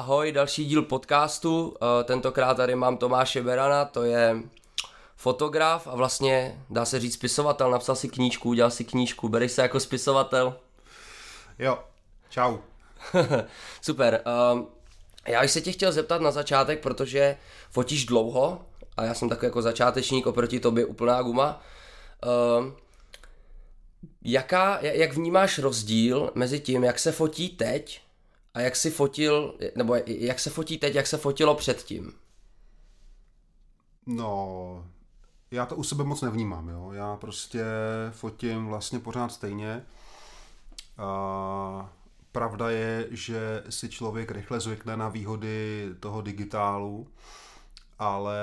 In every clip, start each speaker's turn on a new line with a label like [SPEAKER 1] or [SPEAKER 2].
[SPEAKER 1] ahoj, další díl podcastu. Tentokrát tady mám Tomáše Berana, to je fotograf a vlastně dá se říct spisovatel. Napsal si knížku, udělal si knížku, bereš se jako spisovatel?
[SPEAKER 2] Jo, čau.
[SPEAKER 1] Super. Já bych se tě chtěl zeptat na začátek, protože fotíš dlouho a já jsem takový jako začátečník, oproti tobě úplná guma. Jak vnímáš rozdíl mezi tím, jak se fotí teď a jak si fotil, nebo jak se fotí teď, jak se fotilo předtím?
[SPEAKER 2] No, já to u sebe moc nevnímám, jo. Já prostě fotím vlastně pořád stejně. Pravda je, že si člověk rychle zvykne na výhody toho digitálu, ale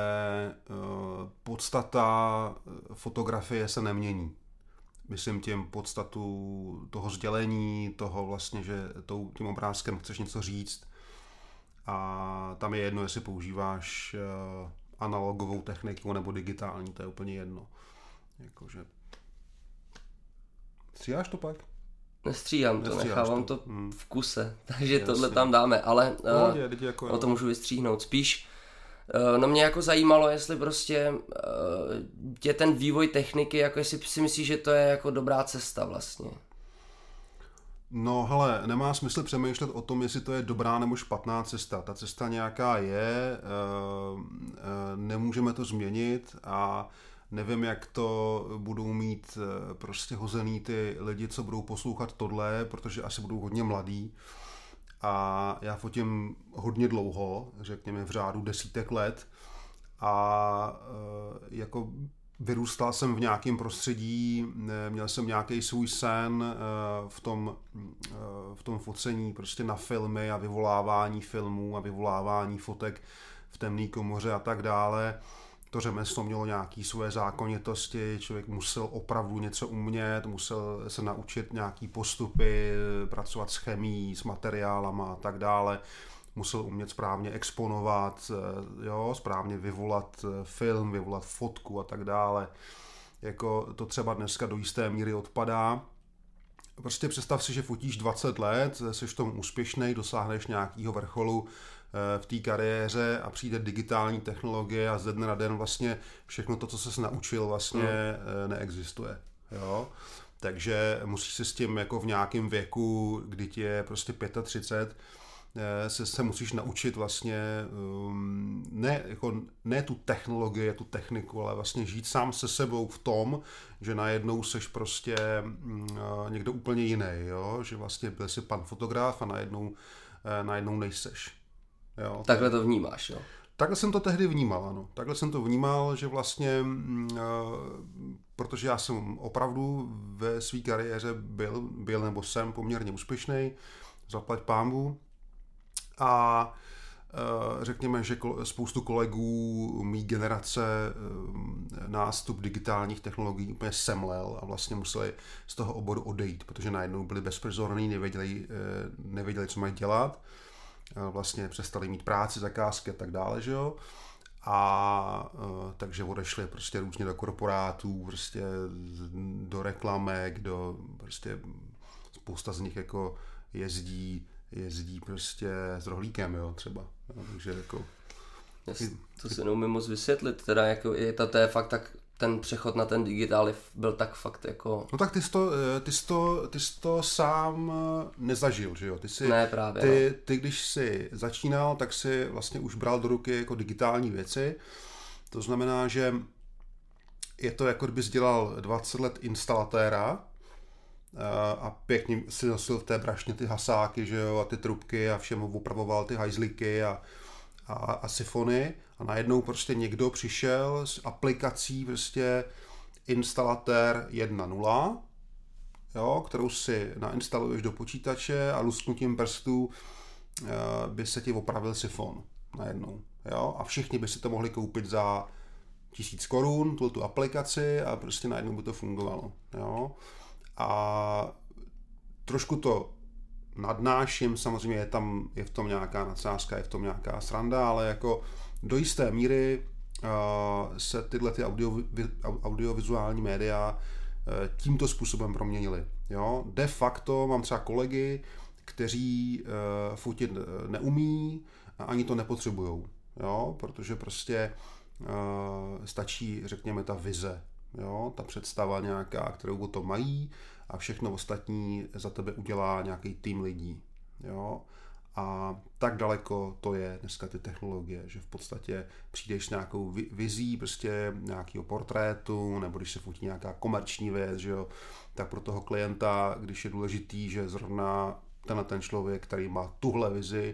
[SPEAKER 2] podstata fotografie se nemění. Myslím tím podstatu toho sdělení, toho vlastně, že tím obrázkem chceš něco říct. A tam je jedno, jestli používáš analogovou techniku nebo digitální, to je úplně jedno. Jakože... Stříháš to pak?
[SPEAKER 1] Nestříhám to, nechávám to v kuse, takže jasně. Tohle tam dáme, ale o to můžu vystříhnout. Spíš no mě jako zajímalo, jestli prostě tě ten vývoj techniky, jako jestli si myslíš, že to je jako dobrá cesta vlastně.
[SPEAKER 2] No hele, nemá smysl přemýšlet o tom, jestli to je dobrá nebo špatná cesta. Ta cesta nějaká je, nemůžeme to změnit a nevím, jak to budou mít prostě hozený ty lidi, co budou poslouchat tohle, protože asi budou hodně mladí. A já fotím hodně dlouho, řekněme v řádu desítek let a jako vyrůstal jsem v nějakém prostředí, měl jsem nějaký svůj sen v tom focení prostě na filmy a vyvolávání filmů a vyvolávání fotek v temné komoře a tak dále. To řemeslo mělo nějaké svoje zákonitosti, člověk musel opravdu něco umět, musel se naučit nějaký postupy, pracovat s chemií, s materiálama a tak dále. Musel umět správně exponovat, jo, správně vyvolat film, vyvolat fotku a tak dále. Jako to třeba dneska do jisté míry odpadá. Prostě představ si, že fotíš 20 let, jsi v tom úspěšnej, dosáhneš nějakého vrcholu v té kariéře a přijde digitální technologie a ze dne na den vlastně všechno to, co ses naučil, vlastně neexistuje. Jo? Takže musíš si s tím jako v nějakém věku, kdy ti je prostě 35, se musíš naučit vlastně ne tu technologii, tu techniku, ale vlastně žít sám se sebou v tom, že najednou seš prostě někdo úplně jiný, jo? Že vlastně byl jsi pan fotograf a najednou nejseš. Jo?
[SPEAKER 1] Takhle to vnímáš, jo?
[SPEAKER 2] Takhle jsem to tehdy vnímal, ano. Takhle jsem to vnímal, že vlastně, protože já jsem opravdu ve své kariéře byl nebo jsem poměrně úspěšný, zaplať pánbůh. A řekněme, že spoustu kolegů mý generace nástup digitálních technologií úplně semlel a vlastně museli z toho oboru odejít, protože najednou byli bezprizorní, nevěděli, co mají dělat. Vlastně přestali mít práci, zakázky a tak dále, že jo. A takže odešli prostě různě do korporátů, prostě do reklamek, prostě spousta z nich jako jezdí prostě s rohlíkem, jo, třeba. Jo, takže jako...
[SPEAKER 1] To si neumím moc vysvětlit, teda jako to je fakt tak, ten přechod na ten digitál byl tak fakt jako...
[SPEAKER 2] No tak ty jsi to sám nezažil, že jo?
[SPEAKER 1] Ne, právě.
[SPEAKER 2] Ty když jsi začínal, tak si vlastně už bral do ruky jako digitální věci. To znamená, že je to jako kdybys dělal 20 let instalatéra, a pěkně si nosil v té brašně ty hasáky, že jo, a ty trubky a všemu opravoval ty hajzlíky a sifony a najednou prostě někdo přišel s aplikací prostě instalatér 1.0, jo, kterou si nainstaluješ do počítače a lusknutím prstů by se ti opravil sifon najednou, jo, a všichni by si to mohli koupit za 1000 korun, tu aplikaci a prostě najednou by to fungovalo, jo. A trošku to nadnáším, samozřejmě je v tom nějaká nadsázka, je v tom nějaká sranda, ale jako do jisté míry se tyhle ty audiovizuální média tímto způsobem proměnily. Jo? De facto mám třeba kolegy, kteří fotit neumí a ani to nepotřebujou, jo, protože prostě stačí, řekněme, ta vize, jo, ta představa nějaká, kterou o to mají a všechno ostatní za tebe udělá nějaký tým lidí, jo. A tak daleko to je dneska ty technologie, že v podstatě přijdeš s nějakou vizí prostě nějakého portrétu, nebo když se fotí nějaká komerční věc, že jo, tak pro toho klienta, když je důležitý, že zrovna ten člověk, který má tuhle vizi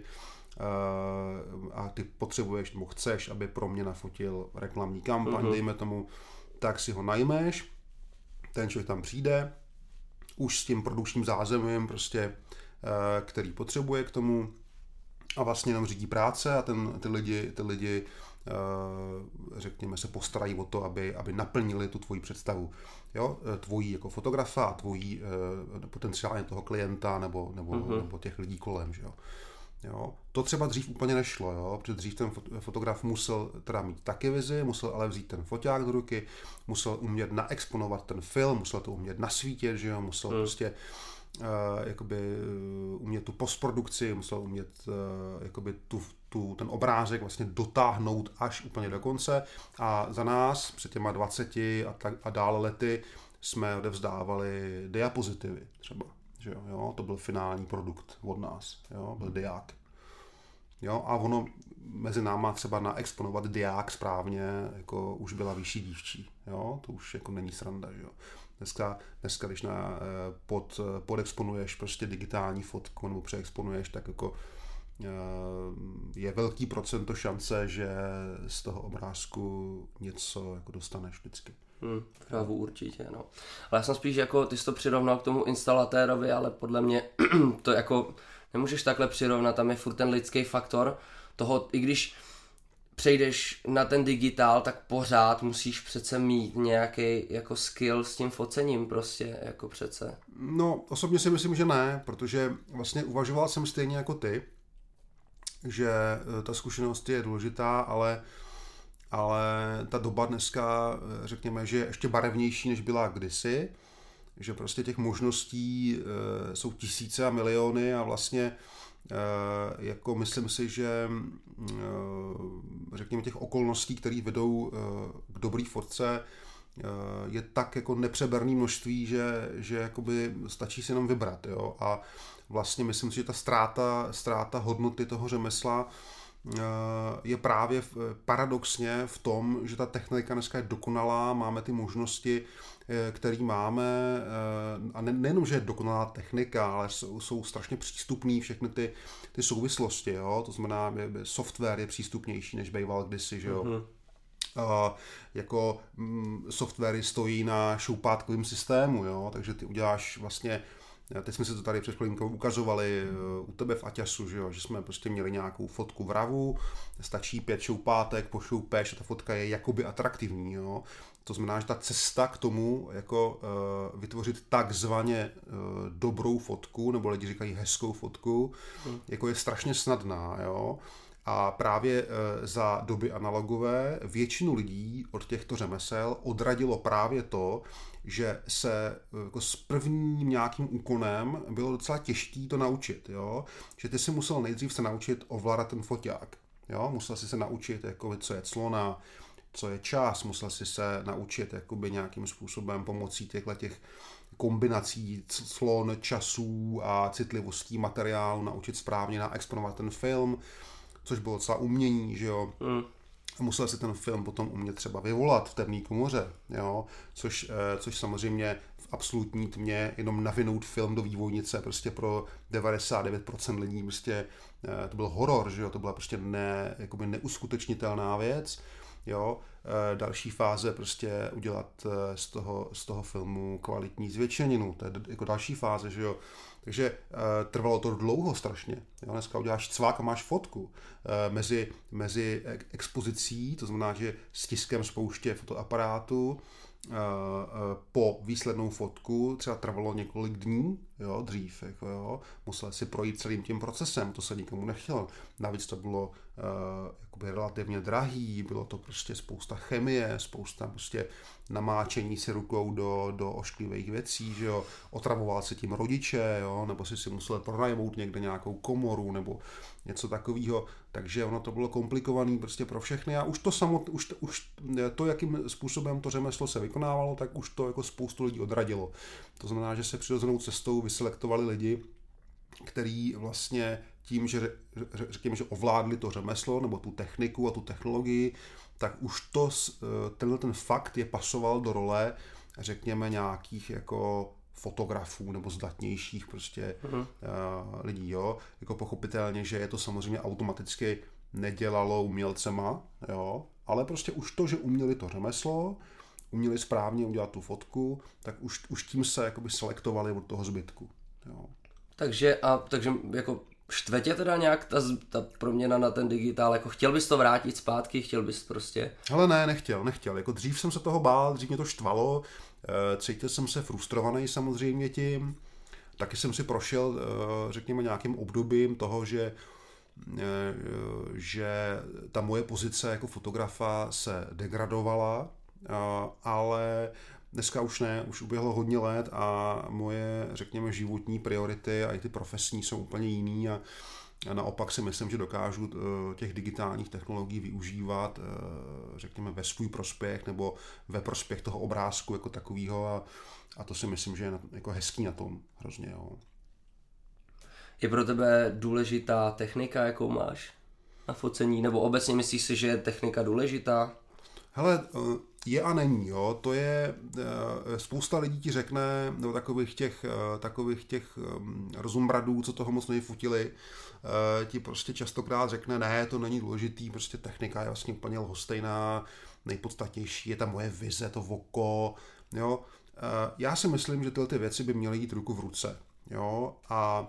[SPEAKER 2] a ty potřebuješ nebo chceš, aby pro mě nafotil reklamní kampaň, dejme tomu, tak si ho najmeš, ten člověk tam přijde, už s tím produkčním zázemím prostě, který potřebuje k tomu a vlastně jenom řídí práce a ty lidi řekněme se postarají o to, aby naplnili tu tvoji představu, jo, tvojí jako fotografa a tvojí potenciálně toho klienta nebo těch lidí kolem, že jo. Jo. To třeba dřív úplně nešlo, jo, protože dřív ten fotograf musel teda mít taky vizi, musel ale vzít ten foťák do ruky, musel umět naexponovat ten film, musel to umět nasvítit, že jo, musel prostě jakoby umět tu postprodukci, musel umět jakoby ten obrázek vlastně dotáhnout až úplně do konce a za nás před těma 20 a dále lety jsme odevzdávali diapozitivy třeba, že jo, to byl finální produkt od nás, jo, byl diák. Jo, a ono mezi náma třeba naexponovat diák správně, jako už byla vyšší dívčí, jo, to už jako není sranda, že jo. Dneska když podexponuješ prostě digitální fotku nebo přeexponuješ, tak jako je velký procento šance, že z toho obrázku něco jako dostaneš vždycky.
[SPEAKER 1] Právě určitě, no. Ale já jsem spíš jako, ty jsi to přirovnal k tomu instalatérovi, ale podle mě to jako nemůžeš takhle přirovnat, tam je furt ten lidský faktor toho, i když přejdeš na ten digitál, tak pořád musíš přece mít nějaký jako skill s tím focením prostě, jako přece.
[SPEAKER 2] No, osobně si myslím, že ne, protože vlastně uvažoval jsem stejně jako ty, že ta zkušenost je důležitá, ale ta doba dneska, řekněme, že je ještě barevnější, než byla kdysi, že prostě těch možností jsou tisíce a miliony a vlastně jako myslím si, že řekněme těch okolností, které vedou k dobrý fotce, je tak jako nepřeberné množství, že jakoby stačí si jenom vybrat, jo, a vlastně myslím si, že ta ztráta hodnoty toho řemesla je právě paradoxně v tom, že ta technika dneska je dokonalá, máme ty možnosti, které máme, a nejenom, že je dokonalá technika, ale jsou strašně přístupný všechny ty souvislosti, jo? To znamená, software je přístupnější, než býval kdysi, že jo. Jako softwary stojí na šoupátkovém systému, jo? Takže ty uděláš vlastně, teď jsme si to tady před chvilinkou ukazovali u tebe v Aťasu, že jsme prostě měli nějakou fotku v RAWu, stačí 5 šoupátek, pošoupeš a ta fotka je jakoby atraktivní, jo. To znamená, že ta cesta k tomu, jako vytvořit takzvaně dobrou fotku, nebo lidi říkají hezkou fotku, jako je strašně snadná, jo. A právě za doby analogové většinu lidí od těchto řemesel odradilo právě to, že se jako s prvním nějakým úkonem bylo docela těžký to naučit, jo? Že ty si musel nejdřív se naučit ovládat ten foťák, jo? Musel si se naučit, jako, co je clona, co je čas, musel si se naučit jakoby nějakým způsobem pomocí těch kombinací clon, časů a citlivostí materiálu naučit správně naexponovat ten film, což bylo docela umění, že jo. Musel si ten film potom umět třeba vyvolat v temné komoře, jo, což samozřejmě v absolutní tmě jenom navinout film do vývojnice prostě pro 99% lidí prostě to byl horor, že jo, to byla prostě jakoby neuskutečnitelná věc, jo. Další fáze prostě udělat z toho filmu kvalitní zvětšeninu, to je jako další fáze, že jo. Takže trvalo to dlouho strašně. Jo? Dneska uděláš cvák a máš fotku. Mezi expozicí, to znamená, že s tiskem spouště fotoaparátu po výslednou fotku třeba trvalo několik dní, jo, dřív, jako jo, musel si projít celým tím procesem, to se nikomu nechtělo. Navíc to bylo jakoby relativně drahý, bylo to prostě spousta chemie, spousta prostě namáčení si rukou do ošklivých věcí, že jo, otravoval se tím rodiče, jo, nebo si musel pronajmout někde nějakou komoru nebo něco takového, takže ono to bylo komplikované prostě pro všechny a už to, jakým způsobem to řemeslo se vykonávalo, tak už to jako spoustu lidí odradilo. To znamená, že se přirozenou cestou vyselektovali lidi, který vlastně tím, že řekněme, že ovládli to řemeslo nebo tu techniku a tu technologii, tak už ten fakt je pasoval do role, řekněme, nějakých jako fotografů nebo zdatnějších prostě lidí, jo. Jako pochopitelně, že je to samozřejmě automaticky nedělalo umělcema, jo, ale prostě už to, že uměli to řemeslo, uměli správně udělat tu fotku, tak už tím se jakoby selektovali od toho zbytku, jo.
[SPEAKER 1] Takže jako štve tě teda nějak ta proměna na ten digitál, jako chtěl bys to vrátit zpátky, chtěl bys prostě?
[SPEAKER 2] Hele ne, nechtěl, jako dřív jsem se toho bál, dřív mě to štvalo, cítil jsem se frustrovaný samozřejmě tím, taky jsem si prošel, řekněme, nějakým obdobím toho, že ta moje pozice jako fotografa se degradovala, ale dneska už ne, už uběhlo hodně let a moje, řekněme, životní priority a i ty profesní jsou úplně jiný a naopak si myslím, že dokážu těch digitálních technologií využívat, řekněme, ve svůj prospěch nebo ve prospěch toho obrázku jako takového a to si myslím, že je jako hezký na tom hrozně. Jo.
[SPEAKER 1] Je pro tebe důležitá technika, jakou máš na focení, nebo obecně myslíš si, že je technika důležitá?
[SPEAKER 2] Hele, je a není, jo. To je, spousta lidí ti řekne, nebo takových těch rozumbradů, co toho moc nevyfotili, ti prostě častokrát řekne, ne, to není důležitý, prostě technika je vlastně úplně lhostejná, nejpodstatnější je ta moje vize, to oko, jo. Já si myslím, že tyhle ty věci by měly jít ruku v ruce, jo, a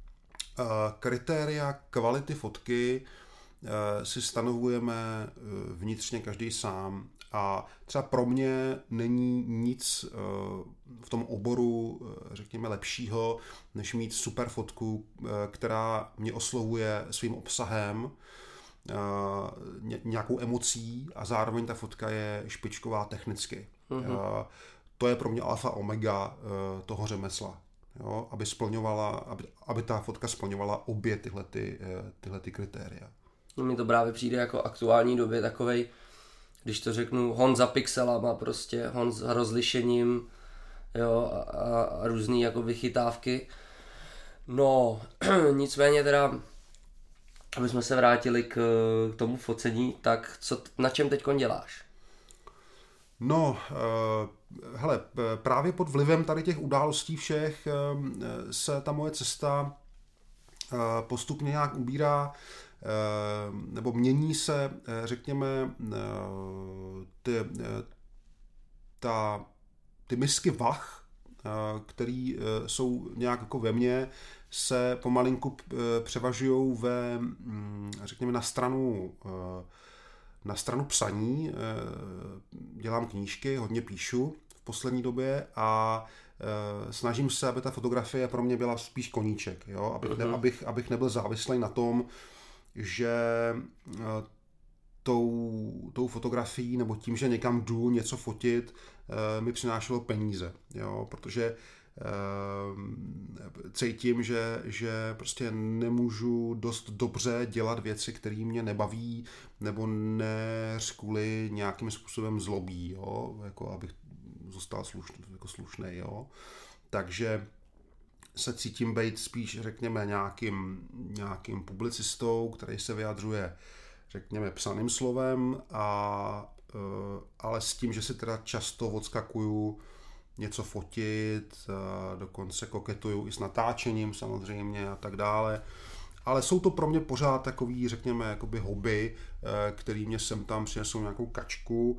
[SPEAKER 2] kritéria kvality fotky si stanovujeme vnitřně každý sám a třeba pro mě není nic v tom oboru, řekněme, lepšího, než mít super fotku, která mě oslovuje svým obsahem, nějakou emocí a zároveň ta fotka je špičková technicky. Mm-hmm. To je pro mě alfa omega toho řemesla. Jo, aby ta fotka splňovala obě tyhle kritéria.
[SPEAKER 1] Mně to právě přijde jako aktuální době takovej, když to řeknu, hon za pixelama prostě, hon za rozlišením, jo, a různý jako vychytávky. No, nicméně teda, aby jsme se vrátili k tomu focení, tak na čem teďkon děláš?
[SPEAKER 2] No, hele, právě pod vlivem tady těch událostí všech se ta moje cesta postupně nějak ubírá, nebo mění se, řekněme, ty misky vah, který jsou nějak jako ve mně, se pomalinku převažujou řekněme, na stranu psaní. Dělám knížky, hodně píšu v poslední době a snažím se, aby ta fotografie pro mě byla spíš koníček, jo? Abych nebyl závislý na tom, že tou fotografií nebo tím, že někam jdu něco fotit, mi přinášelo peníze, jo? Protože cítím, že prostě nemůžu dost dobře dělat věci, které mě nebaví nebo kvůli nějakým způsobem zlobí, jo? Jako abych zůstal slušný, jo? Takže se cítím být spíš, řekněme, nějakým publicistou, který se vyjadřuje, řekněme, psaným slovem, ale s tím, že si teda často odskakuju něco fotit, dokonce koketuju i s natáčením samozřejmě a tak dále. Ale jsou to pro mě pořád takový, řekněme, jakoby hobby, který mě sem tam přinesou nějakou kačku,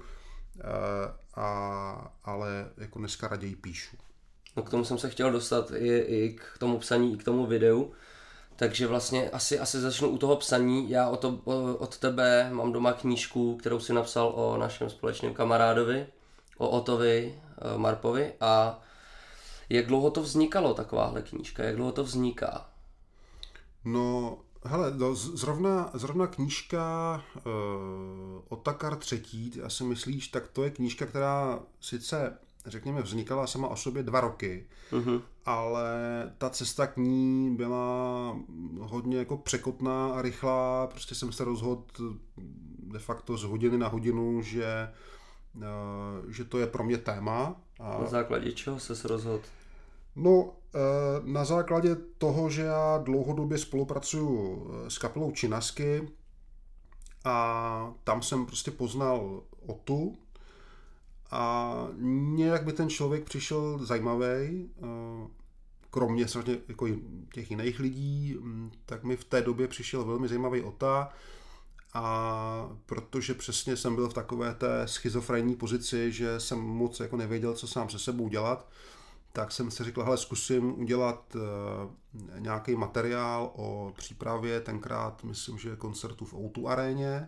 [SPEAKER 2] ale jako dneska raději píšu.
[SPEAKER 1] No k tomu jsem se chtěl dostat i k tomu psaní, i k tomu videu. Takže vlastně asi začnu u toho psaní. Já od tebe mám doma knížku, kterou si napsal o našem společném kamarádovi, o Ottovi Marpovi. A jak dlouho to vznikalo, takováhle knížka? Jak dlouho to vzniká?
[SPEAKER 2] No, hele, zrovna knížka Otakar III, ty asi myslíš, tak to je knížka, která sice, řekněme, vznikala sama o sobě 2 roky, ale ta cesta k ní byla hodně jako překotná a rychlá. Prostě jsem se rozhodl de facto z hodiny na hodinu, že to je pro mě téma.
[SPEAKER 1] A na základě čeho ses rozhodl?
[SPEAKER 2] No, na základě toho, že já dlouhodobě spolupracuju s kapelou Činasky a tam jsem prostě poznal Otu a nějak by ten člověk přišel zajímavý, kromě jako těch jiných lidí, tak mi v té době přišel velmi zajímavý Ota. A protože přesně jsem byl v takové té schizofrenní pozici, že jsem moc jako nevěděl, co sám se sebou dělat, tak jsem si řekl, hele, zkusím udělat nějaký materiál o přípravě, tenkrát myslím, že koncertu v O2 aréně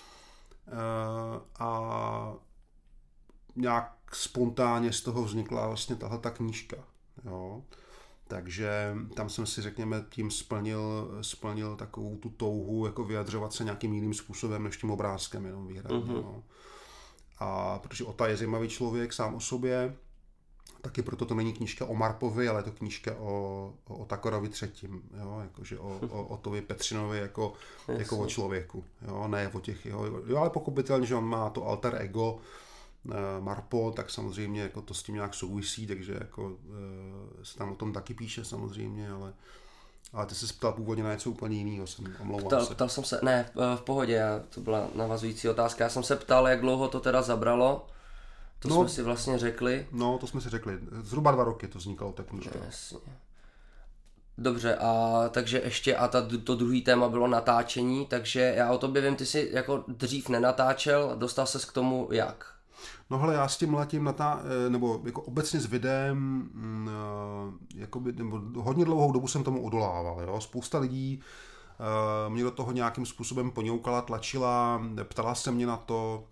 [SPEAKER 2] a nějak spontánně z toho vznikla vlastně tahleta knížka. Jo. Takže tam jsem si, řekněme, tím splnil takovou tu touhu jako vyjadřovat se nějakým jiným způsobem než tím obrázkem jenom výhradně. No. A protože Ota je zajímavý člověk sám o sobě, taky proto to není knížka o Marpovi, ale je to knížka o Otakarovi III. Jo? Jakože o Otovi Petřinovi jako o člověku. Jo? Ne o těch jo, ale pochopitelně, že on má to alter ego Marpo, tak samozřejmě jako to s tím nějak souvisí, takže jako se tam o tom taky píše samozřejmě, ale ty se ptal původně na něco úplně jiného, omlouvám se.
[SPEAKER 1] Ptal jsem se, ne, v pohodě, to byla navazující otázka, já jsem se ptal, jak dlouho to teda zabralo. To jsme si vlastně řekli.
[SPEAKER 2] No, to jsme si řekli. Zhruba 2 roky to vznikalo ta knížka.
[SPEAKER 1] Jasně. Dobře, a takže ještě, a to druhý téma bylo natáčení, takže já o tobě vím, ty jsi jako dřív nenatáčel, dostal ses k tomu jak?
[SPEAKER 2] No hele, já s tím letím nebo jako obecně s videem, nebo hodně dlouhou dobu jsem tomu odolával. Jo? Spousta lidí mě do toho nějakým způsobem poňoukala, tlačila, ptala se mě na to,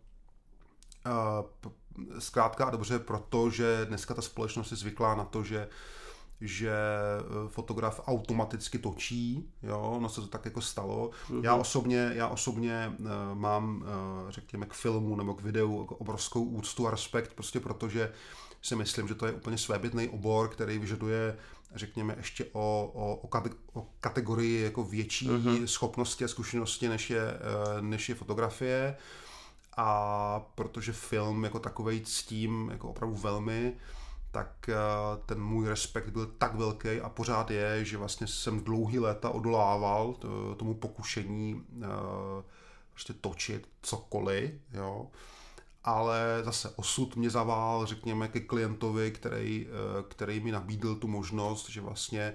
[SPEAKER 2] zkrátka a dobře, protože dneska ta společnost je zvyklá na to, že fotograf automaticky točí, jo, no se to tak jako stalo. Já osobně mám, řekněme, k filmu nebo k videu obrovskou úctu a respekt, prostě protože si myslím, že to je úplně svébytný obor, který vyžaduje, řekněme, ještě o kategorii jako větší schopnosti a zkušenosti, než je fotografie. A protože film jako takovej ctím jako opravdu velmi, tak ten můj respekt byl tak velký a pořád je, že vlastně jsem dlouhý léta odolával tomu pokušení prostě točit cokoliv, jo. Ale zase osud mě zavál, řekněme, ke klientovi, který mi nabídl tu možnost, že vlastně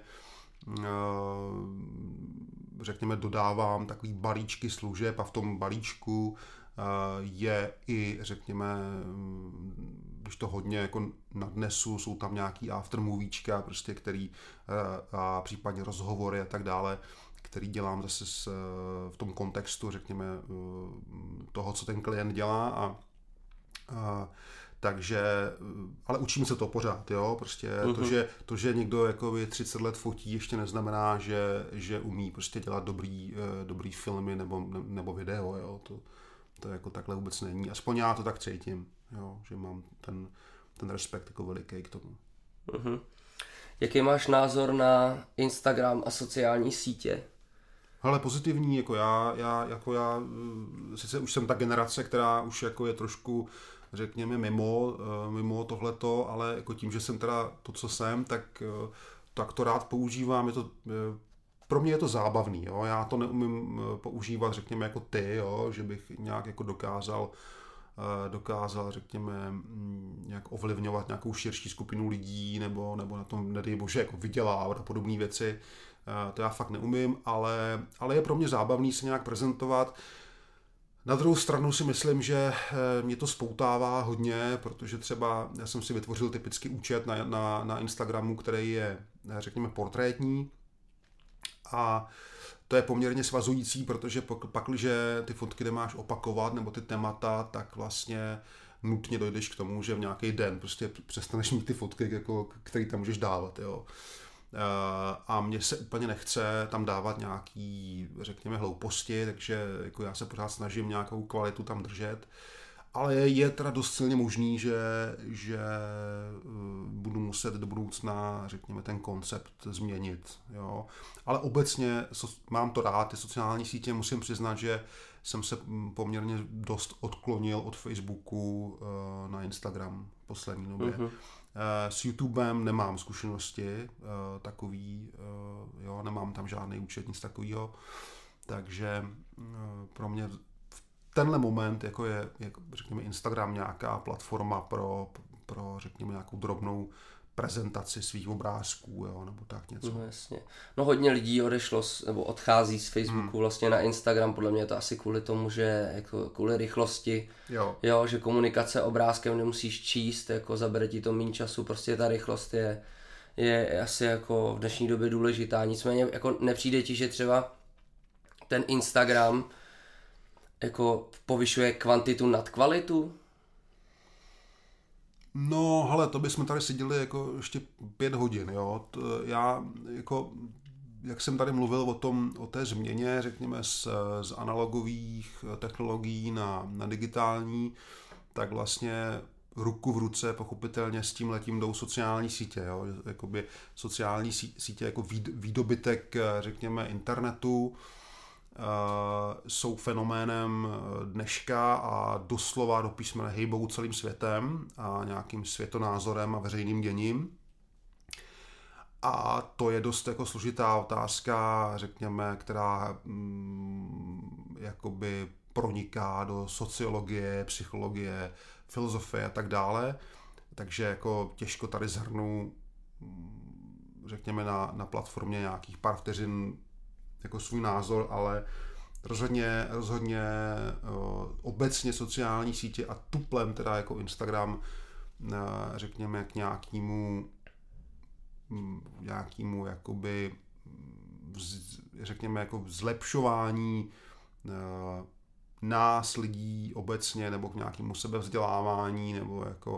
[SPEAKER 2] řekněme dodávám takový balíčky služeb a v tom balíčku je i, řekněme, když to hodně jako nadnesu, jsou tam nějaký aftermovíčka, prostě, který a případně rozhovory a tak dále, který dělám zase v tom kontextu, řekněme, toho, co ten klient dělá takže, ale učím se to pořád, jo, prostě to, že někdo jako 30 let fotí, ještě neznamená, že umí prostě dělat dobrý filmy nebo video, jo, to jako takhle vůbec není, aspoň já to tak cítím, jo, že mám ten respekt jako veliký k tomu.
[SPEAKER 1] Jaký máš názor na Instagram a sociální sítě?
[SPEAKER 2] Hele, pozitivní, jako já sice už jsem ta generace, která už jako je trošku, řekněme, mimo tohleto, ale jako tím, že jsem teda to, co jsem, tak to rád používám, pro mě je to zábavný, jo? Já to neumím používat, řekněme, jako ty, jo? Že bych nějak jako dokázal, řekněme, nějak ovlivňovat nějakou širší skupinu lidí, nebo na tom, nedej bože, jako vydělávat a podobné věci. To já fakt neumím, ale je pro mě zábavný se nějak prezentovat. Na druhou stranu si myslím, že mě to spoutává hodně, protože třeba já jsem si vytvořil typický účet na Instagramu, který je, řekněme, portrétní. A to je poměrně svazující, protože pakliže ty fotky nemáš opakovat, nebo ty témata, tak vlastně nutně dojdeš k tomu, že v nějaký den prostě přestaneš mít ty fotky, jako, který tam můžeš dávat, jo. A mně se úplně nechce tam dávat nějaký, řekněme, hlouposti, takže jako já se pořád snažím nějakou kvalitu tam držet, ale je teda dost silně možný, že budu muset do budoucna, řekněme, ten koncept změnit, jo. Ale obecně mám to rád, ty sociální sítě, musím přiznat, že jsem se poměrně dost odklonil od Facebooku na Instagram v poslední době. S YouTubem nemám zkušenosti takový, jo, nemám tam žádný účet, nic takového, takže pro mě v tenhle moment jako je, řekněme, Instagram nějaká platforma pro řekněme, nějakou drobnou prezentaci svých obrázků, jo, nebo tak něco.
[SPEAKER 1] No jasně. No hodně lidí odešlo nebo odchází z Facebooku vlastně na Instagram, podle mě je to asi kvůli tomu, že jako kvůli rychlosti, jo, že komunikace obrázkem nemusíš číst, jako zabere ti to méně času, prostě ta rychlost je asi jako v dnešní době důležitá, nicméně jako nepřijde ti, že třeba ten Instagram jako povyšuje kvantitu nad kvalitu?
[SPEAKER 2] No, hele, to bychom tady seděli jako ještě 5 hodin, jo. Já jako, jak jsem tady mluvil o té změně, řekněme, z analogových technologií na digitální, tak vlastně ruku v ruce pochopitelně s tím letím jdou sociální sítě, jo. Jakoby sociální sítě jako výdobytek, řekněme, internetu, jsou fenoménem dneška a doslova do písmene hejbou celým světem a nějakým světonázorem a veřejným děním. A to je dost jako složitá otázka, řekněme, která jakoby proniká do sociologie, psychologie, filozofie a tak dále. Takže jako těžko tady zhrnu, řekněme, na platformě nějakých pár vteřin jako svůj názor, ale rozhodně obecně sociální sítě a tuplem teda jako Instagram, řekněme, k nějakému jakoby, řekněme, jako zlepšování nás lidí obecně, nebo k nějakému sebevzdělávání, nebo jako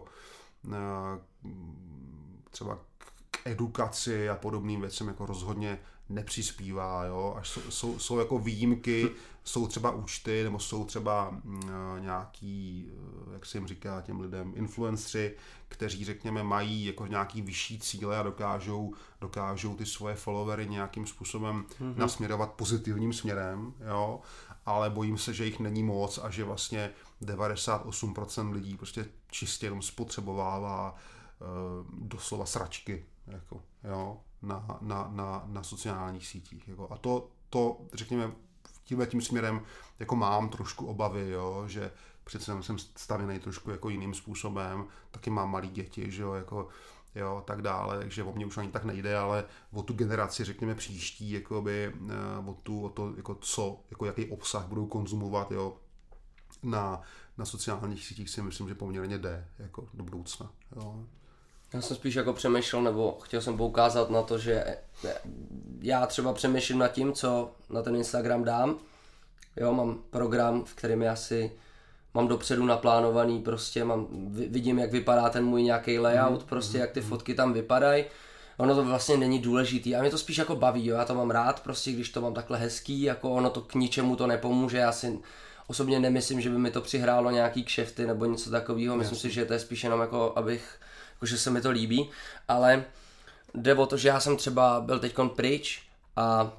[SPEAKER 2] třeba k edukaci a podobným věcem jako rozhodně nepřispívá, jo, až jsou jako výjimky, jsou třeba účty, nebo jsou třeba nějaký, jak se jim říká těm lidem, influenceri, kteří, řekněme, mají jako nějaký vyšší cíle a dokážou ty svoje followery nějakým způsobem nasměrovat pozitivním směrem, jo, ale bojím se, že jich není moc a že vlastně 98% lidí prostě čistě jenom spotřebovává doslova sračky, jako, jo, na sociálních sítích. Jako. A to, řekněme, tím směrem jako mám trošku obavy, jo, že přece jsem stavěný trošku jako jiným způsobem, taky mám malý děti, že jo, jako, jo, tak dále, takže o mě už ani tak nejde, ale o tu generaci, řekněme, příští, jakoby, o to, jako co, jako jaký obsah budou konzumovat, jo, na sociálních sítích si myslím, že poměrně jde, jako do budoucna, jo.
[SPEAKER 1] Já jsem spíš jako přemýšlel, nebo chtěl jsem poukázat na to, že já třeba přemýšlím nad tím, co na ten Instagram dám. Jo, mám program, v kterém já si mám dopředu naplánovaný, prostě vidím, jak vypadá ten můj nějaký layout, prostě jak ty fotky tam vypadají. Ono to vlastně není důležitý a mě to spíš jako baví, jo, já to mám rád, prostě když to mám takhle hezký, jako ono to k ničemu to nepomůže, já si osobně nemyslím, že by mi to přihrálo nějaký kšefty nebo něco takového, myslím si, že to je spíš jenom jako, že se mi to líbí, ale jde o to, že já jsem třeba byl teďkon pryč a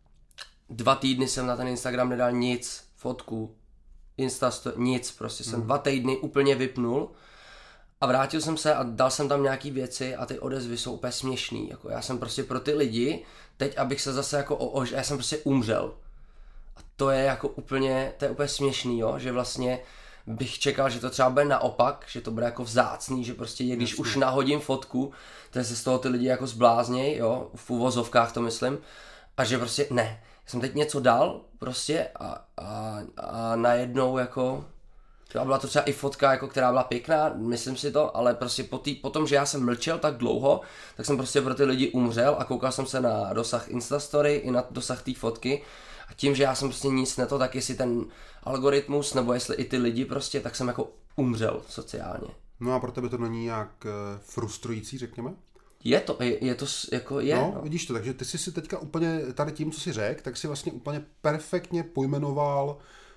[SPEAKER 1] 2 týdny jsem na ten Instagram nedal nic, fotku, nic, prostě jsem 2 týdny úplně vypnul a vrátil jsem se a dal jsem tam nějaký věci a ty odezvy jsou úplně směšný, jako já jsem prostě pro ty lidi, teď abych se zase jako já jsem prostě umřel a to je jako úplně, to je úplně směšný, jo, že vlastně bych čekal, že to třeba bude naopak, že to bude jako vzácný, že prostě když už nahodím fotku, tak se z toho ty lidi jako zblázněj, jo, v uvozovkách to myslím, a že prostě ne, jsem teď něco dal prostě a najednou jako, byla to třeba i fotka, jako, která byla pěkná, myslím si to, ale prostě po tom, že já jsem mlčel tak dlouho, tak jsem prostě pro ty lidi umřel a koukal jsem se na dosah Instastory i na dosah té fotky A tím, že já jsem prostě nic neto, tak jestli ten algoritmus, nebo jestli i ty lidi prostě, tak jsem jako umřel sociálně.
[SPEAKER 2] No a pro tebe to není nějak frustrující, řekněme?
[SPEAKER 1] Je to jako je.
[SPEAKER 2] No, vidíš to, takže ty jsi si teďka úplně tady tím, co jsi řekl, tak si vlastně úplně perfektně pojmenoval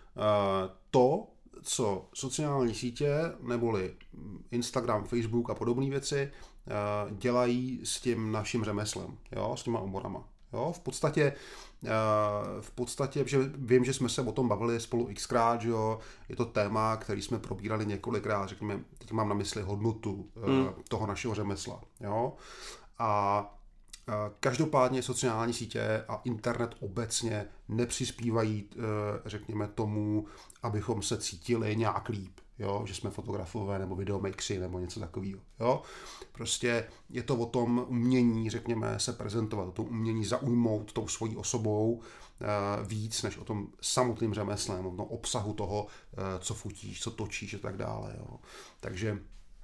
[SPEAKER 2] to, co sociální sítě, neboli Instagram, Facebook a podobné věci dělají s tím naším řemeslem, jo, s těma oborama. Jo, v podstatě, že vím, že jsme se o tom bavili spolu xkrát, že jo, je to téma, který jsme probírali několikrát, řekněme, teď mám na mysli hodnotu toho našeho řemesla, jo, a každopádně sociální sítě a internet obecně nepřispívají, řekněme, tomu, abychom se cítili nějak líp, jo? Že jsme fotografové nebo videomakři nebo něco takového. Jo? Prostě je to o tom umění, řekněme, se prezentovat, o tom umění zaujmout tou svojí osobou víc, než o tom samotným řemeslem, o tom obsahu toho, co fotíš, co točíš a tak dále. Jo? Takže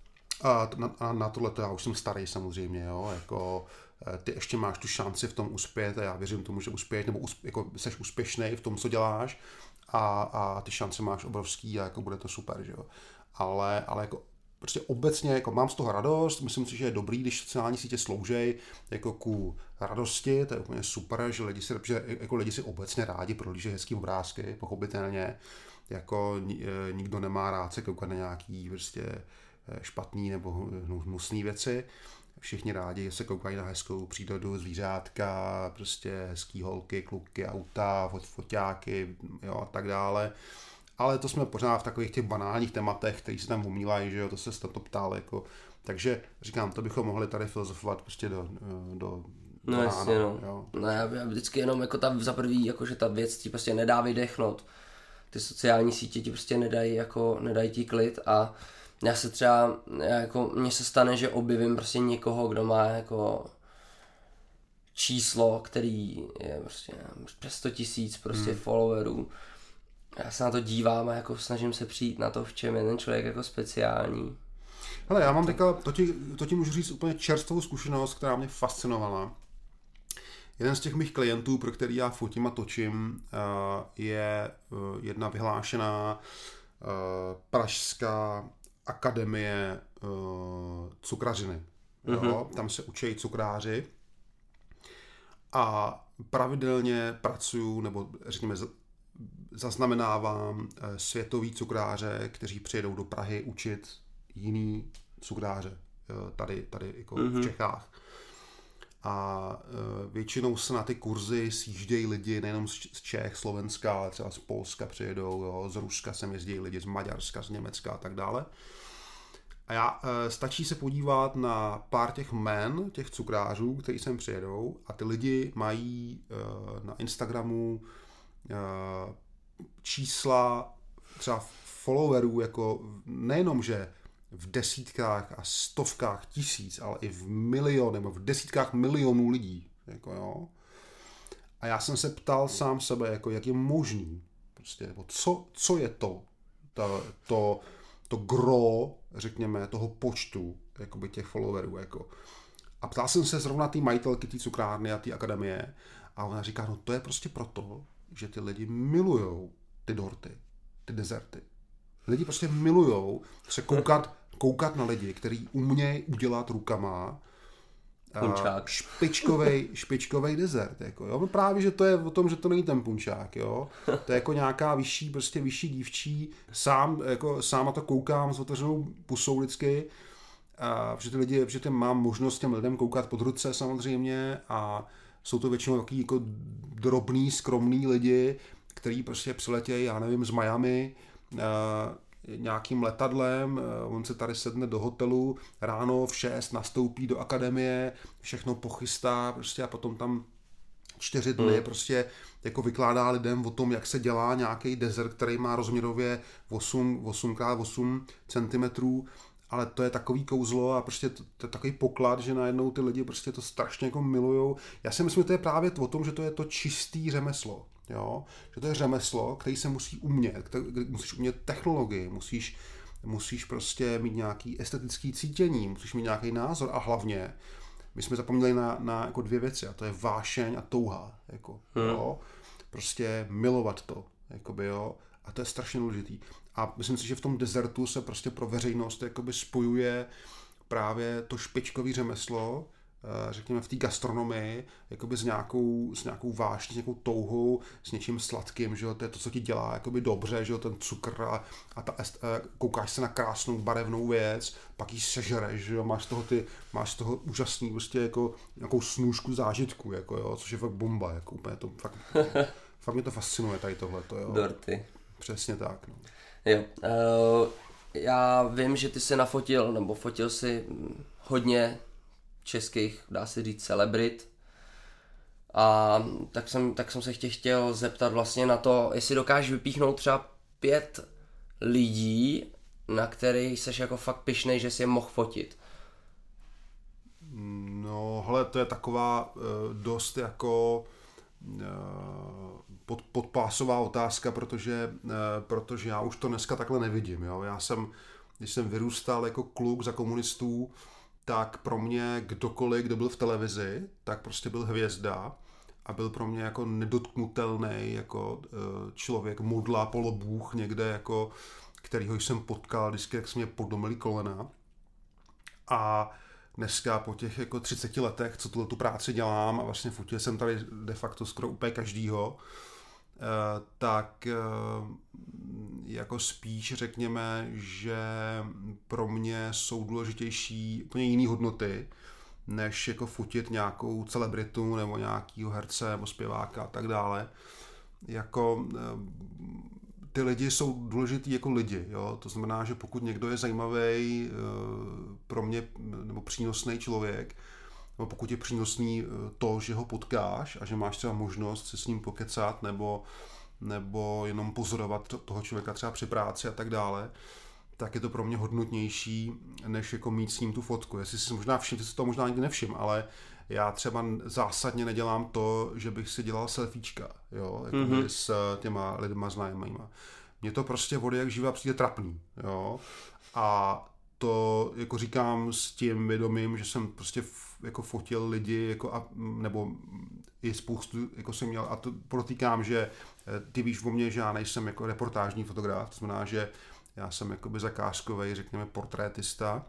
[SPEAKER 2] a na tohleto já už jsem starý samozřejmě, jo? Jako ty ještě máš tu šanci v tom uspět a já věřím tomu, že uspěješ, nebo jako seš úspěšný v tom, co děláš a ty šance máš obrovský a jako bude to super, že jo. Ale jako prostě obecně jako mám z toho radost, myslím si, že je dobrý, když sociální sítě sloužej jako ku radosti, to je úplně super, že lidi si obecně rádi prohlížejí hezký obrázky, pochopitelně, jako nikdo nemá rád se koukat na nějaký prostě špatný nebo hnusný věci. Všichni rádi se koukají na hezkou přírodu, zvířátka, prostě hezký holky, kluky, auta, foťáky, jo, a tak dále. Ale to jsme pořád v takových těch banálních tématech, které se tam umílají, že jo, to se to ptal, jako. Takže říkám, to bychom mohli tady filozofovat prostě do
[SPEAKER 1] no jasně, no. Jo. No já vždycky jenom jako za prvý, jako že ta věc ti prostě nedá vydechnout. Ty sociální sítě ti prostě nedají ti klid a mně se stane, že objevím prostě někoho, kdo má jako číslo, který je prostě přes 100 000 prostě followerů. Já se na to dívám a jako snažím se přijít na to, v čem je ten člověk jako speciální.
[SPEAKER 2] Hele, já mám teďka, to ti můžu říct úplně čerstvou zkušenost, která mě fascinovala. Jeden z těch mých klientů, pro který já fotím a točím, je jedna vyhlášená pražská akademie cukrařiny. Jo? Tam se učí cukráři a pravidelně pracuju, nebo řekněme zaznamenávám světový cukráře, kteří přijedou do Prahy učit jiný cukráře tady jako v Čechách. A většinou se na ty kurzy sjíždějí lidi nejenom z Čech, Slovenska, ale třeba z Polska přijedou, jo, z Ruska sem jezdí lidi, z Maďarska, z Německa a tak dále. A stačí se podívat na pár těch jmen, těch cukrářů, kteří sem přijedou a ty lidi mají na Instagramu čísla třeba followerů, jako nejenom, že v desítkách a stovkách tisíc, ale i v milionech nebo v desítkách milionů lidí. Jako jo. A já jsem se ptal sám sebe, jako jak je možný, prostě, co je to gro, řekněme, toho počtu jakoby těch followerů. Jako. A ptal jsem se zrovna té majitelky té cukrárny a té akademie a ona říká, no to je prostě proto, že ty lidi milujou ty dorty, ty dezerty. Lidi prostě milujou se koukat na lidi, kteří umějí udělat rukama špičkovej dezert. Jako, jo? Právě, že to je o tom, že to není ten punčák. Jo? To je jako nějaká vyšší dívčí. Sám na to koukám s otevřenou pusou vždycky. Protože mám možnost těm lidem koukat pod ruce samozřejmě a jsou to většinou takový jako drobný, skromný lidi, kteří prostě přiletějí, já nevím, z Miami, nějakým letadlem, on se tady sedne do hotelu, ráno v 6 nastoupí do akademie, všechno pochystá prostě a potom tam 4 dny prostě jako vykládá lidem o tom, jak se dělá nějaký dezert, který má rozměrově 8x8 cm, ale to je takový kouzlo a prostě to je takový poklad, že najednou ty lidi prostě to strašně jako milujou. Já si myslím, že to je právě o tom, že to je to čistý řemeslo. Jo? Že to je řemeslo, který se musí umět, musíš umět technologii, musíš prostě mít nějaký estetický cítění, musíš mít nějaký názor a hlavně my jsme zapomněli na jako 2 věci a to je vášeň a touha. Jako, jo? prostě milovat to, jakoby, jo, a to je strašně důležitý. A myslím si, že v tom dezertu se prostě pro veřejnost jakoby spojuje právě to špičkový řemeslo, řekněme v té gastronomii, jakoby s nějakou vášní, s nějakou touhou, s něčím sladkým, že jo, to je to, co ti dělá jakoby dobře, že jo, ten cukr a koukáš se na krásnou barevnou věc, pak ji sežereš, že jo, máš z toho úžasný prostě jako nějakou snůžku zážitku, jako jo, což je fakt bomba, jako úplně to fakt mě to fascinuje tady tohleto, jo.
[SPEAKER 1] Dorty.
[SPEAKER 2] Přesně tak, no.
[SPEAKER 1] Jo, já vím, že ty jsi nafotil, nebo fotil si hodně českých, dá se říct, celebrit. A tak jsem se chtěl zeptat vlastně na to, jestli dokážeš vypíchnout třeba 5 lidí, na kterých seš jako fakt pyšnej, že si je mohl fotit.
[SPEAKER 2] No, hele, to je taková dost jako podpásová otázka, protože já už to dneska takhle nevidím. Jo? Když jsem vyrůstal jako kluk za komunistů, tak pro mě kdokoliv, kdo byl v televizi, tak prostě byl hvězda a byl pro mě jako nedotknutelný jako člověk, modla, polobůh někde, jako, kterýho jsem potkal vždycky, jak se mě podomili kolena. A dneska po těch jako 30 letech, co tu práci dělám a vlastně fotil jsem tady de facto skoro úplně každýho, tak jako spíš řekněme, že pro mě jsou důležitější úplně jiný hodnoty, než jako fotit nějakou celebritu nebo nějakýho herce nebo zpěváka a tak dále. Jako ty lidi jsou důležitý jako lidi, jo? To znamená, že pokud někdo je zajímavý pro mě nebo přínosný člověk, nebo pokud je přínosný to, že ho potkáš a že máš třeba možnost si s ním pokecat nebo jenom pozorovat toho člověka třeba při práci a tak dále, tak je to pro mě hodnotnější, než jako mít s ním tu fotku. Jestli si možná všim, si to možná nikdy nevšim, ale já třeba zásadně nedělám to, že bych si dělal selfiečka, jo, jako s těma lidma známýma. Mně to prostě vody jak živa přijde trapný, jo, a to jako říkám s tím vědomím, že jsem prostě jako fotil lidi, jako nebo i spoustu, jako jsem měl, a to podotýkám, že ty víš o mně, že já nejsem jako reportážní fotograf, to znamená, že já jsem jakoby zakázkovej, řekněme, portrétista,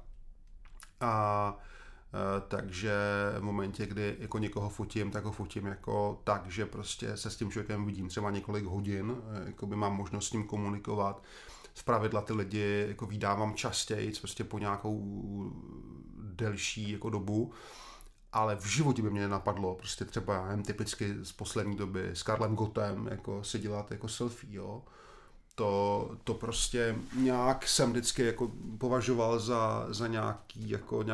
[SPEAKER 2] a takže v momentě, kdy jako někoho fotím, tak ho fotím jako tak, že prostě se s tím člověkem vidím třeba několik hodin, jakoby mám možnost s ním komunikovat. Zpravidla ty lidi jako vídávám častěji, prostě po nějakou delší jako dobu, ale v životě by mě nenapadlo, prostě třeba já nevím, typicky z poslední doby s Karlem Gottem jako si dělat jako selfie, jo. To prostě nějak jsem vždycky jako považoval za nějaký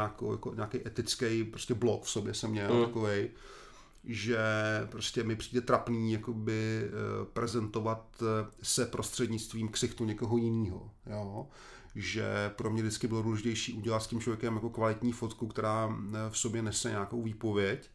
[SPEAKER 2] etický prostě blok v sobě jsem měl takovej, že prostě mi přijde trapný jakoby prezentovat se prostřednictvím ksichtu někoho jiného, jo. Že pro mě vždycky bylo důležitější udělat s tím člověkem jako kvalitní fotku, která v sobě nese nějakou výpověď,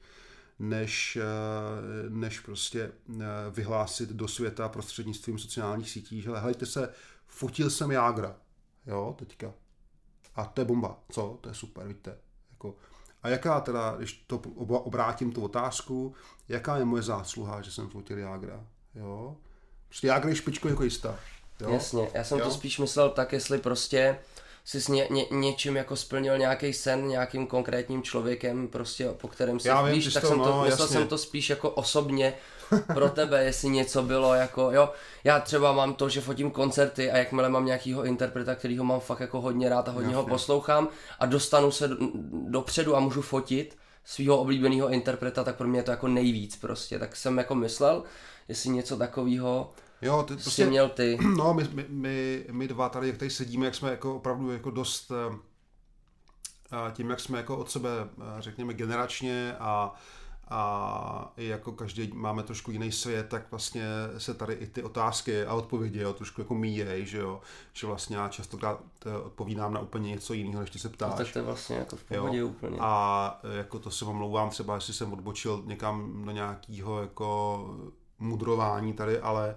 [SPEAKER 2] než prostě vyhlásit do světa prostřednictvím sociálních sítí, že hejte se, fotil jsem Jágra, jo, teďka. A to je bomba, co? To je super, víte. Jako, a jaká teda, když to obrátím tu otázku, jaká je moje zásluha, že jsem fotil Jágra, jo? Prostě Jágra je špičkový hokejista. Jo?
[SPEAKER 1] Jasně, já jsem to spíš myslel tak, jestli prostě jsi něčím jako splnil nějaký sen nějakým konkrétním člověkem, prostě po kterém si víš, tak jsem to spíš jako osobně pro tebe, jestli něco bylo jako, jo, já třeba mám to, že fotím koncerty a jakmile mám nějakýho interpreta, kterýho mám fakt jako hodně rád a hodně ho poslouchám a dostanu se dopředu a můžu fotit svýho oblíbeného interpreta, tak pro mě je to jako nejvíc prostě, tak jsem jako myslel, jestli něco takového
[SPEAKER 2] ty
[SPEAKER 1] jsi prostě, měl ty.
[SPEAKER 2] No, my dva tady, jak tady sedíme, jak jsme jako opravdu jako dost tím, jak jsme jako od sebe, řekněme, generačně a i jako každý máme trošku jiný svět, tak vlastně se tady i ty otázky a odpovědi, jo, trošku jako míjejí, že jo, že vlastně já častokrát odpovídám na úplně něco jiného, než ty se ptáš.
[SPEAKER 1] No, tak to je vlastně jako v pohodě, jo, úplně.
[SPEAKER 2] A jako to se omlouvám třeba, jestli jsem odbočil někam do nějakého jako mudrování tady, ale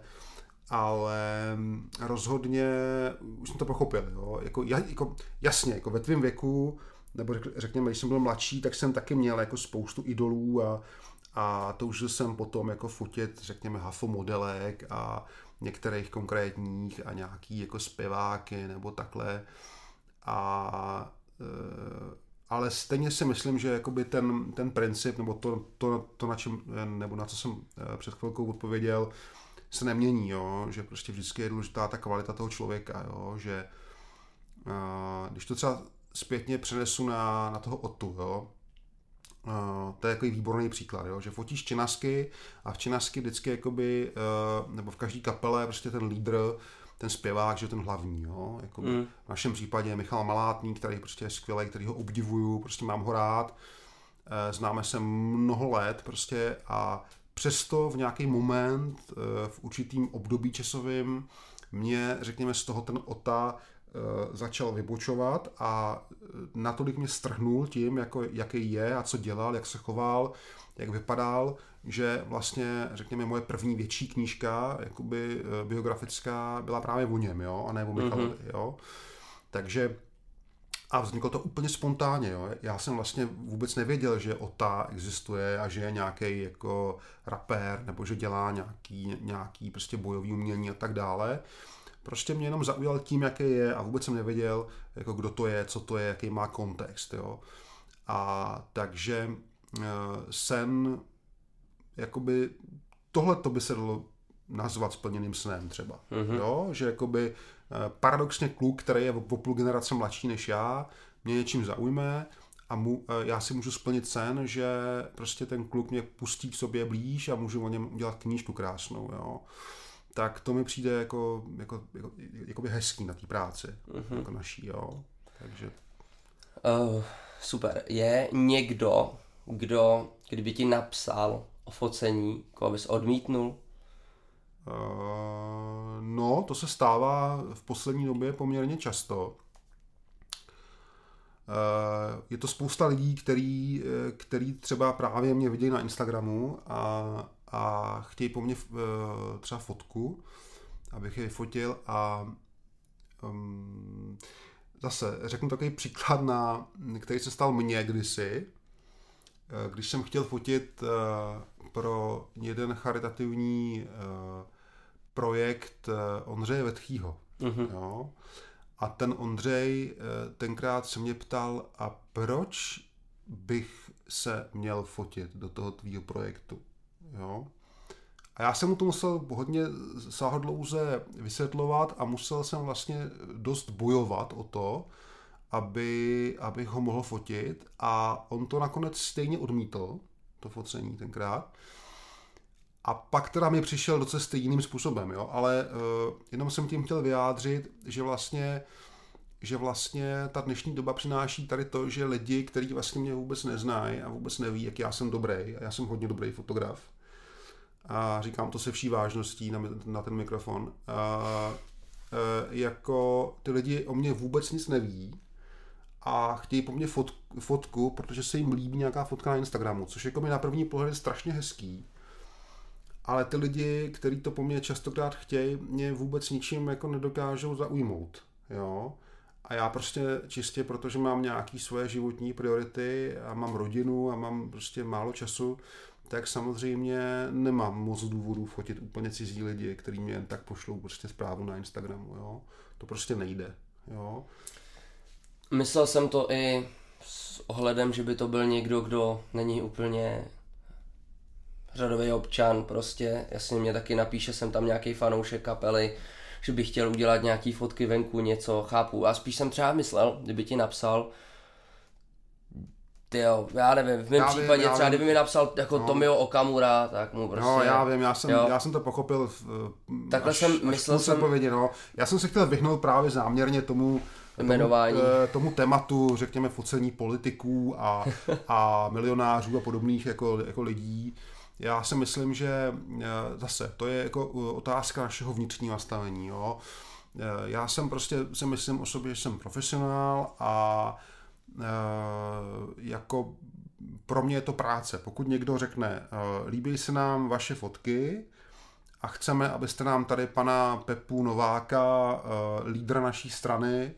[SPEAKER 2] rozhodně už jsem to pochopil, jo, jako jasně, jako ve tvém věku, nebo řekněme, když jsem byl mladší, tak jsem taky měl jako spoustu idolů a toužil jsem potom jako fotit, řekněme, hafomodelek a některých konkrétních a nějaký jako zpěváky nebo takhle. Ale stejně si myslím, že jakoby ten princip, nebo to na čem, nebo na co jsem před chvilkou odpověděl, se nemění, jo? Že prostě vždycky je důležitá ta kvalita toho člověka, jo? Že když to třeba zpětně přenesu na toho Otu, jo? To je jako výborný příklad, jo? Že fotíš činasky a v činasky vždycky jakoby, nebo v každé kapele prostě ten lídr, ten zpěvák, že ten hlavní, jo? Jakoby v našem případě Michal Malátný, který prostě je skvělý, který ho obdivuju, prostě mám ho rád, známe se mnoho let prostě a přesto v nějaký moment v určitým období časovým mě, řekněme, z toho ten Ota začal vybočovat a natolik mě strhnul tím, jako, jaký je a co dělal, jak se choval, jak vypadal, že vlastně, řekněme, moje první větší knížka, jakoby biografická, byla právě o něm, jo, a ne o Michalovi, jo. Takže a vzniklo to úplně spontánně, jo. Já jsem vlastně vůbec nevěděl, že Ota existuje a že je nějaký jako rapér, nebo že dělá nějaký prostě bojový umění a tak dále. Prostě mě jenom zaujal tím, jaký je a vůbec jsem nevěděl, jako kdo to je, co to je, jaký má kontext, jo. A takže sen, jakoby, tohle to by se dalo nazvat splněným snem třeba, jo, že jakoby paradoxně kluk, který je o půl generace mladší než já, mě něčím zaujme a já si můžu splnit sen, že prostě ten kluk mě pustí k sobě blíž a můžu o něm udělat knížku krásnou, jo. Tak to mi přijde jako hezký na té práci, jako naší, jo. Takže.
[SPEAKER 1] Super. Je někdo, kdo, kdyby ti napsal o focení, koho bys odmítnul?
[SPEAKER 2] No, to se stává v poslední době poměrně často. Je to spousta lidí, který třeba právě mě vidějí na Instagramu a chtějí po mně třeba fotku, abych je vyfotil a zase řeknu takový příklad, který se stal mně kdysi, když jsem chtěl fotit pro jeden charitativní projekt Ondřeje Vetchýho. Jo? A ten Ondřej tenkrát se mě ptal, a proč bych se měl fotit do toho tvýho projektu. Jo? A já jsem mu to musel hodně sáhodlouze vysvětlovat a musel jsem vlastně dost bojovat o to, abych ho mohl fotit a on to nakonec stejně odmítl, to focení tenkrát. A pak teda mi přišel do cesty jiným způsobem, jo? Ale jenom jsem tím chtěl vyjádřit, že vlastně ta dnešní doba přináší tady to, že lidi, kteří vlastně mě vůbec neznají a vůbec neví, jak já jsem dobrý, a já jsem hodně dobrý fotograf, a říkám to se vší vážností na ten mikrofon, jako ty lidi o mě vůbec nic neví a chtějí po mně fotku, protože se jim líbí nějaká fotka na Instagramu, což jako mi na první pohled je strašně hezký. Ale ty lidi, kteří to po mně častokrát chtějí, mě vůbec ničím jako nedokážou zaujmout. Jo? A já prostě čistě, protože mám nějaké svoje životní priority a mám rodinu a mám prostě málo času, tak samozřejmě nemám moc důvodů fotit úplně cizí lidi, kteří mě jen tak pošlou prostě zprávu na Instagramu. Jo? To prostě nejde. Jo?
[SPEAKER 1] Myslel jsem to i s ohledem, že by to byl někdo, kdo není úplně řadový občan, prostě, jasně mě taky napíše, jsem tam nějaký fanoušek kapely, že bych chtěl udělat nějaký fotky venku, něco, chápu. A spíš jsem třeba myslel, kdyby ti napsal, tyjo, já nevím, v mém případě třeba, kdyby mi napsal jako Tomio Okamura, tak mu prostě.
[SPEAKER 2] No, já vím, já jsem to pochopil.
[SPEAKER 1] Takhle jsem myslel.
[SPEAKER 2] No. Já jsem se chtěl vyhnout právě záměrně tomu tématu, řekněme, focení politiků a milionářů a podobných jako lidí. Já si myslím, že zase to je jako otázka našeho vnitřního nastavení. Jo. Já jsem prostě si myslím o sobě, že jsem profesionál a jako pro mě je to práce. Pokud někdo řekne, líbí se nám vaše fotky a chceme, abyste nám tady pana Pepu Nováka, lídra naší strany,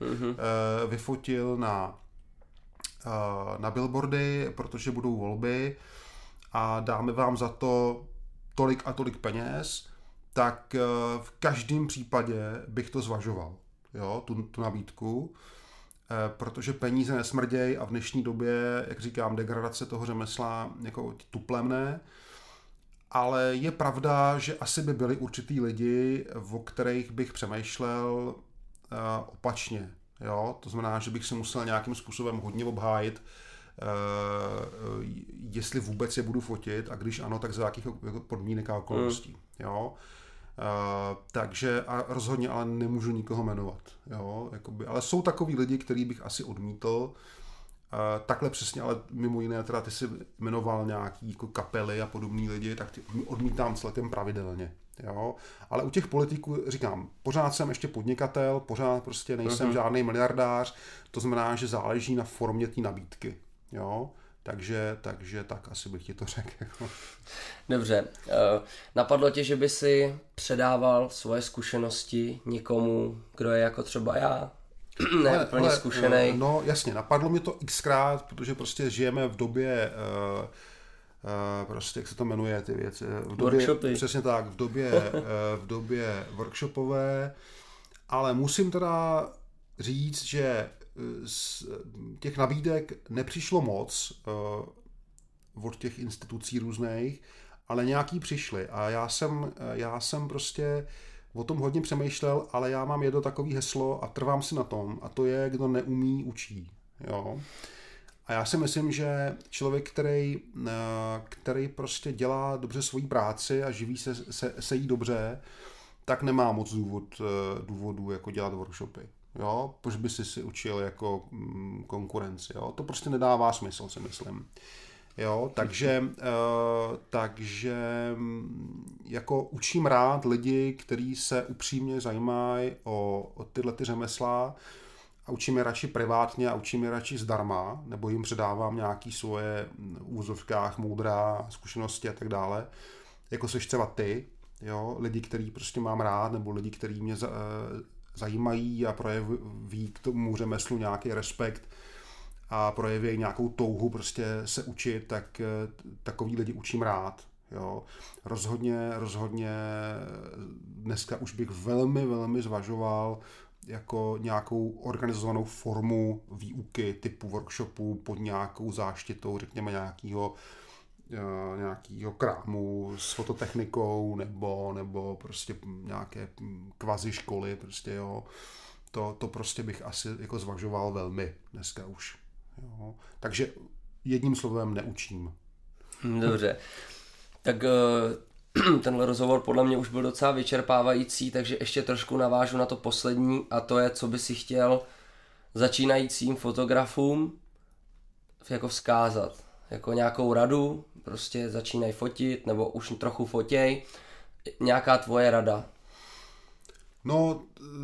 [SPEAKER 2] vyfotil na billboardy, protože budou volby, a dáme vám za to tolik a tolik peněz, tak v každém případě bych to zvažoval, jo, tu nabídku, protože peníze nesmrděj a v dnešní době, jak říkám, degradace toho řemesla jako tuplemné, ale je pravda, že asi by byli určitý lidi, o kterých bych přemýšlel opačně, jo, to znamená, že bych se musel nějakým způsobem hodně obhájit, jestli vůbec je budu fotit a když ano, tak za jakých podmínek a okolností, jo. Takže a rozhodně ale nemůžu nikoho jmenovat, jo, jakoby, ale jsou takový lidi, který bych asi odmítl, takhle přesně, ale mimo jiné, teda ty si jmenoval nějaký jako kapely a podobný lidi, tak ty odmítám celkem pravidelně, jo, ale u těch politiků říkám, pořád jsem ještě podnikatel, pořád prostě nejsem žádný miliardář, to znamená, že záleží na formě té nabídky, jo. Takže tak asi bych ti to řekl.
[SPEAKER 1] Dobře. Napadlo tě, že by si předával svoje zkušenosti někomu, kdo je jako třeba já? Ne, úplně zkušenej.
[SPEAKER 2] No jasně, napadlo mi to xkrát, protože prostě žijeme v době, prostě jak se to jmenuje ty věci.
[SPEAKER 1] Workshopy.
[SPEAKER 2] Přesně tak, v době workshopové, ale musím teda říct, že z těch nabídek nepřišlo moc od těch institucí různých, ale nějaký přišly a já jsem prostě o tom hodně přemýšlel, ale já mám jedno takový heslo a trvám si na tom a to je, kdo neumí, učí. Jo? A já si myslím, že člověk, který prostě dělá dobře svoji práci a živí se jí dobře, tak nemá moc důvodů jako dělat workshopy. Jo, proč by si učil jako konkurenci, jo, to prostě nedává smysl, si myslím. Jo, takže jako učím rád lidi, kteří se upřímně zajímají o tyhle ty řemesla a učím je radši privátně a učím je radši zdarma, nebo jim předávám nějaký svoje v úzovkách moudrá zkušenosti a tak dále, jako seš třeba ty, jo, lidi, který prostě mám rád, nebo lidi, který mě zajímají a projeví k tomu řemeslu nějaký respekt a projeví nějakou touhu prostě se učit, tak takový lidi učím rád. Jo. Rozhodně dneska už bych velmi, velmi zvažoval jako nějakou organizovanou formu výuky typu workshopu pod nějakou záštitou, řekněme nějakého krámu s fototechnikou nebo prostě nějaké kvazi školy, prostě jo. To prostě bych asi jako zvažoval velmi dneska už. Jo. Takže jedním slovem neučím.
[SPEAKER 1] Dobře. Tak tenhle rozhovor podle mě už byl docela vyčerpávající, takže ještě trošku navážu na to poslední a to je, co by si chtěl začínajícím fotografům jako vzkázat. Jako nějakou radu, prostě začínaj fotit, nebo už trochu fotěj. Nějaká tvoje rada?
[SPEAKER 2] No,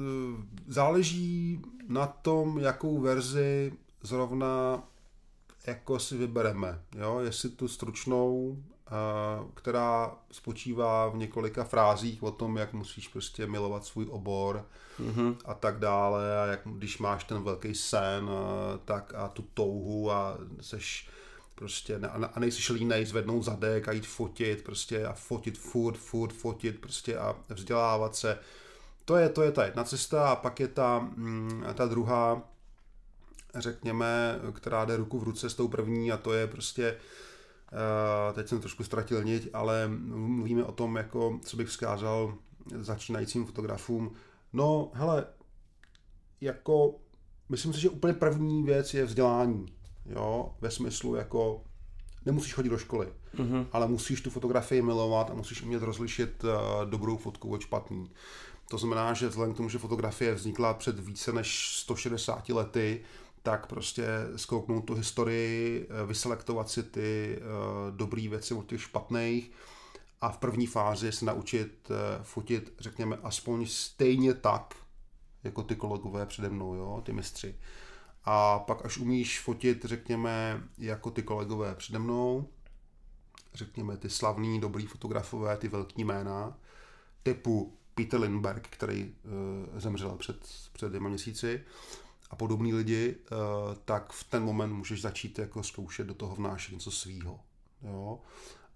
[SPEAKER 2] záleží na tom, jakou verzi zrovna jako si vybereme. Jo? Jestli tu stručnou, která spočívá v několika frázích o tom, jak musíš prostě milovat svůj obor a tak dále, a jak, když máš ten velký sen, tak a tu touhu a seš prostě a nejsiš línej zvednout zadek a jít fotit prostě a fotit furt fotit prostě a vzdělávat se. To je ta jedna cesta a pak je ta druhá, řekněme, která jde ruku v ruce s tou první a to je prostě, teď jsem trošku ztratil niť, ale mluvíme o tom, jako, co bych vzkázal začínajícím fotografům. No, hele, jako, myslím si, že úplně první věc je vzdělání. Jo, ve smyslu jako nemusíš chodit do školy, ale musíš tu fotografii milovat a musíš umět rozlišit dobrou fotku od špatný. To znamená, že vzhledem k tomu, že fotografie vznikla před více než 160 lety, tak prostě zkouknout tu historii, vyselektovat si ty dobré věci od těch špatných a v první fázi se naučit fotit, řekněme, aspoň stejně tak, jako ty kolegové přede mnou, jo, ty mistři. A pak až umíš fotit, řekněme, jako ty kolegové přede mnou, řekněme ty slavní, dobrý fotografové, ty velký jména, typu Peter Lindbergh, který zemřel před 2 měsíci a podobní lidi, tak v ten moment můžeš začít jako zkoušet do toho vnášet něco svýho. Jo?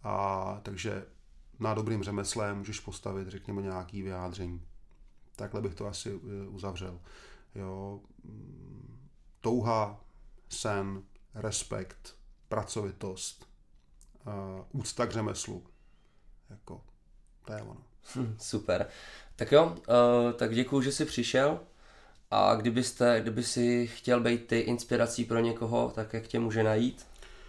[SPEAKER 2] A takže na dobrým řemesle můžeš postavit, řekněme, nějaký vyjádření. Takhle bych to asi uzavřel. Jo. Touha, sen, respekt, pracovitost, úcta k řemeslu. Jako, to je ono.
[SPEAKER 1] Super. Tak jo, tak děkuju, že jsi přišel. A kdyby si chtěl být ty inspirací pro někoho, tak jak tě může najít?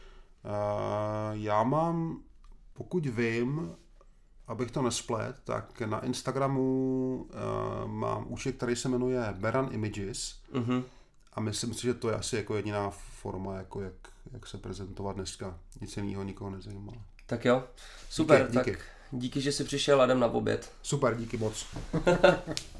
[SPEAKER 2] Já mám, pokud vím, abych to nesplet, tak na Instagramu mám účet, který se jmenuje Beran Images. A myslím si, že to je asi jako jediná forma, jako jak se prezentovat dneska. Nic jiného nikoho nezajímalo.
[SPEAKER 1] Tak jo, super.
[SPEAKER 2] Díky.
[SPEAKER 1] Tak díky, že jsi přišel a jdem na oběd.
[SPEAKER 2] Super, díky moc.